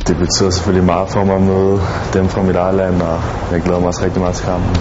Det betyder selvfølgelig meget for mig at møde dem fra mit eget land, og jeg glæder mig også rigtig meget til kampen.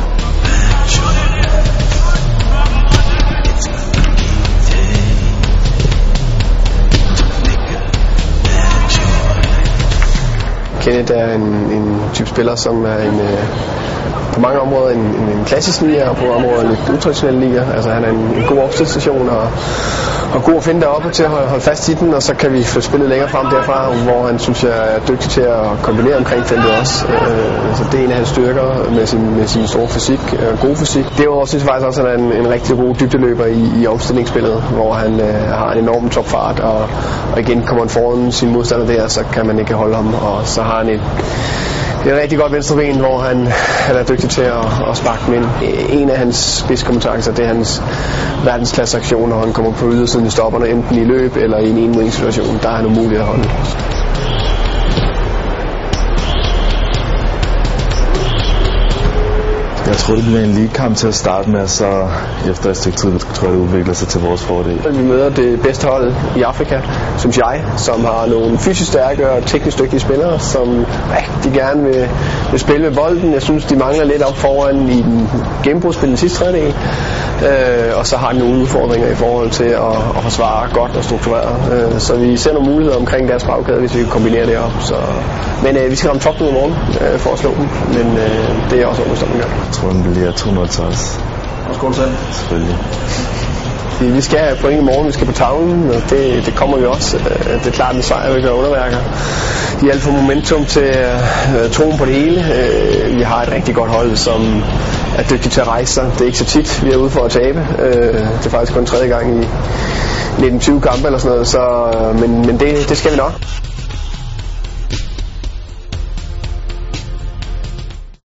Kenneth er en type spiller, som er på mange områder en klassisk liga, og på områder lidt utraditionelle liga. Altså han er en god opstillingsstation og god at finde deroppe til at holde fast i den, og så kan vi få spillet længere frem derfra, hvor han synes jeg er dygtig til at kombinere omkring feltet også. Så det er en af hans styrker med sin store fysik, gode fysik. Derudover synes jeg faktisk også, at han er en rigtig god dybdeløber i opstillingsspillet, hvor han har en enorm topfart, og igen kommer han foran sin modstander der, så kan man ikke holde ham, og så har han et rigtig godt venstreben, hvor han er dygtig til at sparke den ind. En af hans spidskompetencer, det er hans verdensklasseaktion, når han kommer på ydersiden i stopperne, enten i løb eller i en enmodningssituation. Der er han umulig at holde. Jeg tror, det bliver en league-kamp til at starte med, så efter et stykke tid, tror jeg, det udvikler sig til vores fordel. Vi møder det bedste hold i Afrika, synes jeg, som har nogle fysisk stærke og teknisk dygtige spillere, som rigtig gerne vil spille med bolden. Jeg synes, de mangler lidt op foran i den gennembrudsspil den sidste tredjedel. Og så har de nogle udfordringer i forhold til at forsvare godt og struktureret. Så vi ser nogle muligheder omkring deres bagkæde, hvis vi kan kombinere det op. Men vi skal ramme toppen i morgen for at slå dem, men det er også understået, gør. Jeg tror, den bliver 200 til os. Og skål selv. Selvfølgelig. Vi skal have point i morgen, vi skal på tavlen, og det kommer vi også. Det er klart, en sejr vil gøre underværker. De er alt for momentum til troen på det hele. Vi har et rigtig godt hold, som er dygtigt til at rejse sig. Det er ikke så tit, vi er ude for at tabe. Det er faktisk kun tredje gang i 19-20 kampe eller sådan noget, men det skal vi nok.